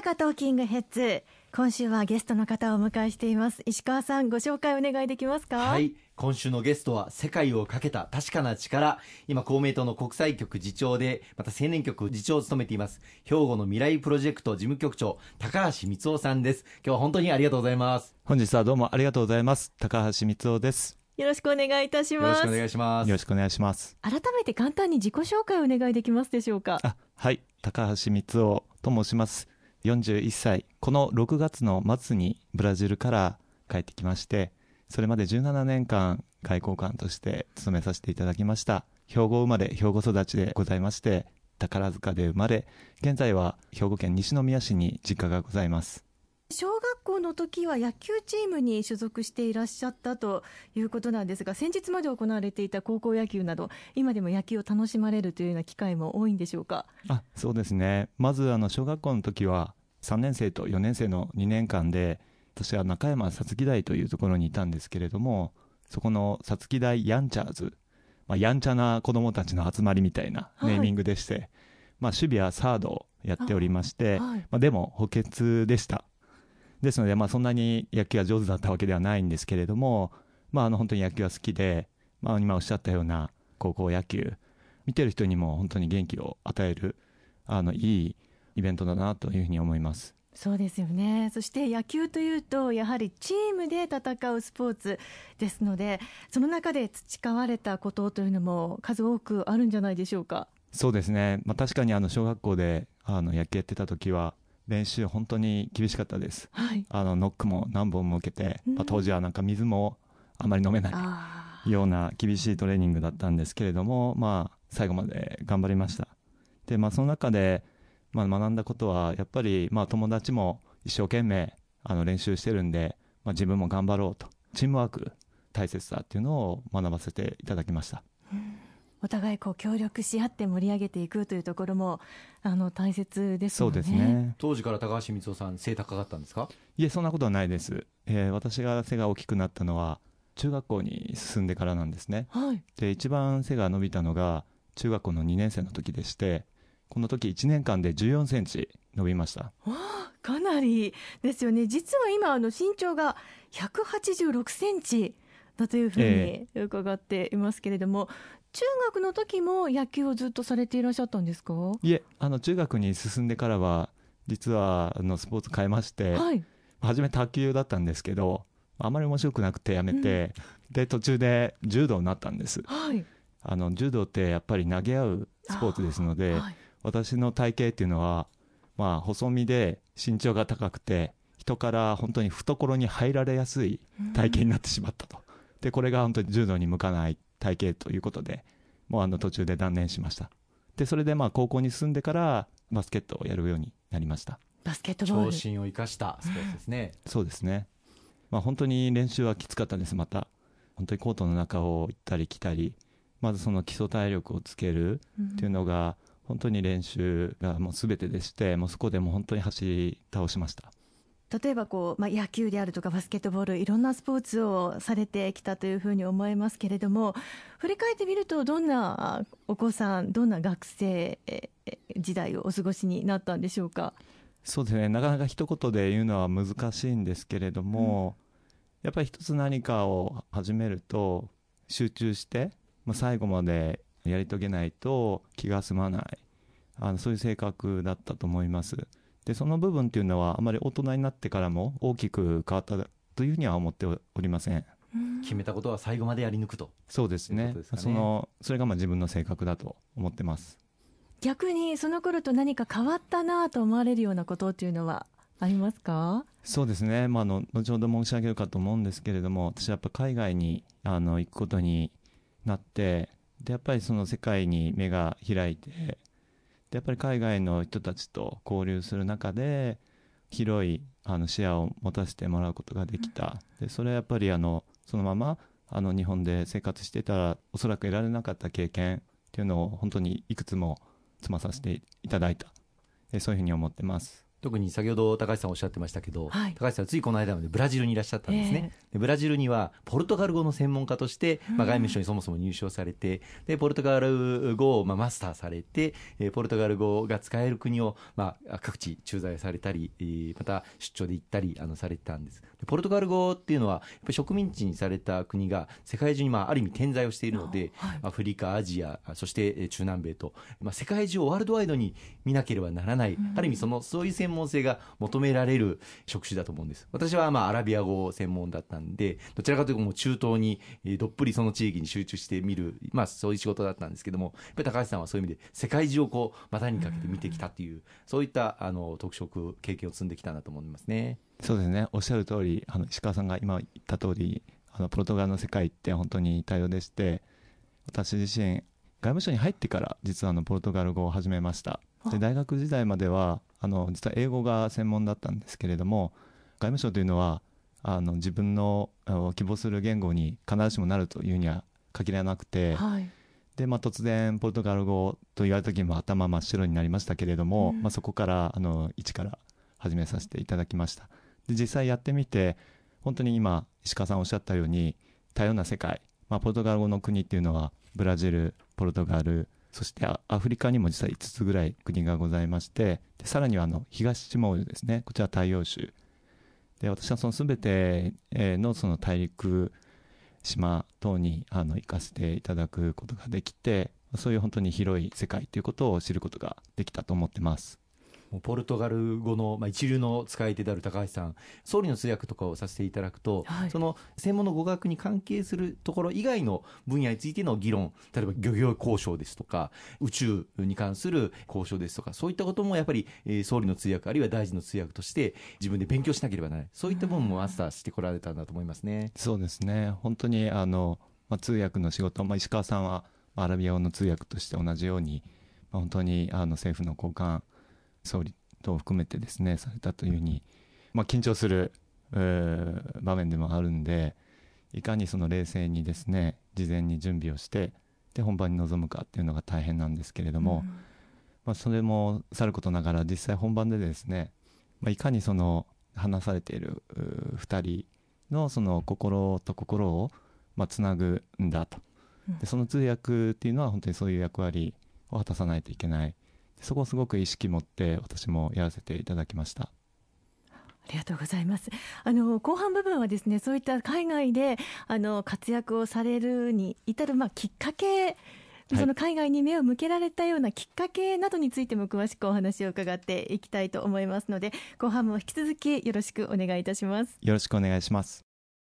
坂トーキングヘッズ、今週はゲストの方をお迎えしています。石川さん、ご紹介お願いできますか？ はい、今週のゲストは世界をかけた確かな力、今公明党の国際局次長でまた青年局次長を務めています兵庫の未来プロジェクト事務局長高橋光夫さんです。今日は本当にありがとうございます。 本日はどうもありがとうございます。高橋光夫です。 よろしくお願いいたします。 よろしくお願いします。 よろしくお願いします。 改めて簡単に自己紹介をお願いできますでしょうか？ はい、高橋光夫と申します。41歳、この6月の末にブラジルから帰ってきまして、それまで17年間外交官として務めさせていただきました。兵庫生まれ兵庫育ちでございまして、宝塚で生まれ、現在は兵庫県西宮市に実家がございます。 小学校の時は野球チームに所属していらっしゃったということなんですが、先日まで行われていた高校野球など今でも野球を楽しまれるというような機会も多いんでしょうか？ そうですね。まず小学校の時は3年生と4年生の2年間で、私は中山さつき台というところにいたんですけれども、そこのさつき台ヤンチャーズ、やんちゃな子どもたちの集まりみたいなネーミングでして、守備はサードをやっておりまして、でも補欠でした。ですので、そんなに野球が上手だったわけではないんですけれども、本当に野球は好きで、今おっしゃったような高校野球、見てる人にも本当に元気を与えるいいイベントだなというふうに思います。 そうですよね。そして野球というとやはりチームで戦うスポーツですので、その中で培われたことというのも数多くあるんじゃないでしょうか？ そうですね、確かに小学校で野球やってた時は練習本当に厳しかったです。ノックも何本も受けて、当時はなんか水もあまり飲めないような厳しいトレーニングだったんですけれども、最後まで頑張りました。で、その中で、学んだことはやっぱり、友達も一生懸命練習してるんで、自分も頑張ろうと、チームワーク大切だっていうのを学ばせていただきました。 お互い協力し合って盛り上げていくというところも大切ですよね。 そうですね。 当時から高橋光夫さん背高かったんですか？ いえ、そんなことはないです。私が背が大きくなったのは中学校に進んでからなんですね。で、一番背が伸びたのが中学校の2年生の時でして、この時1年間で14センチ伸びました。 かなりですよね。実は今身長が186センチだというふうに伺っていますけれども、中学の時も野球をずっとされていらっしゃったんですか？ いえ、中学に進んでからは実はスポーツ変えまして、初め卓球だったんですけど、あまり面白くなくてやめて、で途中で柔道になったんです。柔道ってやっぱり投げ合うスポーツですので、私の体型っていうのは、細身で身長が高くて、人から本当に懐に入られやすい体型になってしまったと。で、これが本当に柔道に向かない体型ということで、もう途中で断念しました。で、それで高校に進んでからバスケットをやるようになりました。 バスケットボール、 長身を生かしたスポーツですね。 そうですね。本当に練習はきつかったです。また本当にコートの中を行ったり来たり、まずその基礎体力をつけるっていうのが、本当に練習がもう全てでして、もうそこでもう本当に走り倒しました。 例えば野球であるとかバスケットボール、いろんなスポーツをされてきたというふうに思いますけれども、振り返ってみるとどんなお子さん、どんな学生時代をお過ごしになったんでしょうか？ そうですね、なかなか一言で言うのは難しいんですけれども、やっぱり一つ何かを始めると集中して、最後までやり遂げないと気が済まない、そういう性格だったと思います。で、その部分っていうのはあまり大人になってからも大きく変わったというふうには思っておりません。 決めたことは最後までやり抜くと。 そうですね。それが自分の性格だと思ってます。 逆にその頃と何か変わったなと思われるようなことっていうのはありますか？ そうですね、後ほど申し上げるかと思うんですけれども、私はやっぱ海外に行くことになって、でやっぱりその世界に目が開いて、でやっぱり海外の人たちと交流する中で広い視野を持たせてもらうことができた。でそれはやっぱりそのまま日本で生活してたらおそらく得られなかった経験っていうのを本当にいくつも積まさせていただいた、そういうふうに思ってます。 特に先ほど高橋さんおっしゃってましたけど、 はい、 高橋さんはついこの間までブラジルにいらっしゃったんですね、でブラジルにはポルトガル語の専門家として、外務省にそもそも入省されて、でポルトガル語をマスターされて、ポルトガル語が使える国を、各地駐在されたり、また出張で行ったりされてたんです。でポルトガル語っていうのはやっぱり植民地にされた国が世界中にある意味点在をしているので、 はい、 アフリカ、アジア、そして中南米と、世界中をワールドワイドに見なければならない、ある意味そういう専門性が求められる職種だと思うんです。私はアラビア語専門だったんで、どちらかというともう中東にどっぷりその地域に集中して見る、そういう仕事だったんですけども、やっぱり高橋さんはそういう意味で世界中を股にかけて見てきたという、そういった特色経験を積んできたなと思いますね。 そうですね、おっしゃる通り、石川さんが今言った通り、ポルトガルの世界って本当に多様でして、私自身外務省に入ってから実はポルトガル語を始めました。で大学時代までは実は英語が専門だったんですけれども、外務省というのは自分の希望する言語に必ずしもなるというには限らなくて、 はい、 で突然ポルトガル語と言われた時も頭真っ白になりましたけれども、そこから一から始めさせていただきました。で実際やってみて本当に今石川さんおっしゃったように多様な世界、ポルトガル語の国っていうのはブラジル、ポルトガル、そしてアフリカにも実は5つぐらい国がございまして、でさらには東ティモールですね、こちら大洋州で、私はその全てのその大陸島等に行かせていただくことができて、そういう本当に広い世界ということを知ることができたと思ってます。 ポルトガル語の一流の使い手である高橋さん、総理の通訳とかをさせていただくと、 はい、 その専門の語学に関係するところ以外の分野についての議論、例えば漁業交渉ですとか宇宙に関する交渉ですとか、そういったこともやっぱり総理の通訳あるいは大臣の通訳として自分で勉強しなければならない、そういった部分もマスターしてこられたんだと思いますね。 そうですね、本当に通訳の仕事、石川さんはアラビア語の通訳として同じように、本当に政府の高官、総理等を含めてですねされたというふうに、緊張する場面でもあるんで、いかにその冷静にですね事前に準備をしてで本番に臨むかっていうのが大変なんですけれども、それもさることながら実際本番でですね、いかにその話されている2人のその心と心をつなぐんだと、でその通訳っていうのは本当にそういう役割を果たさないといけない、そこをすごく意識持って私もやらせていただきました。 ありがとうございます。後半部分はですね、そういった海外で活躍をされるに至るきっかけ、その海外に目を向けられたようなきっかけなどについても詳しくお話を伺っていきたいと思いますので、後半も引き続きよろしくお願いいたします。 よろしくお願いします。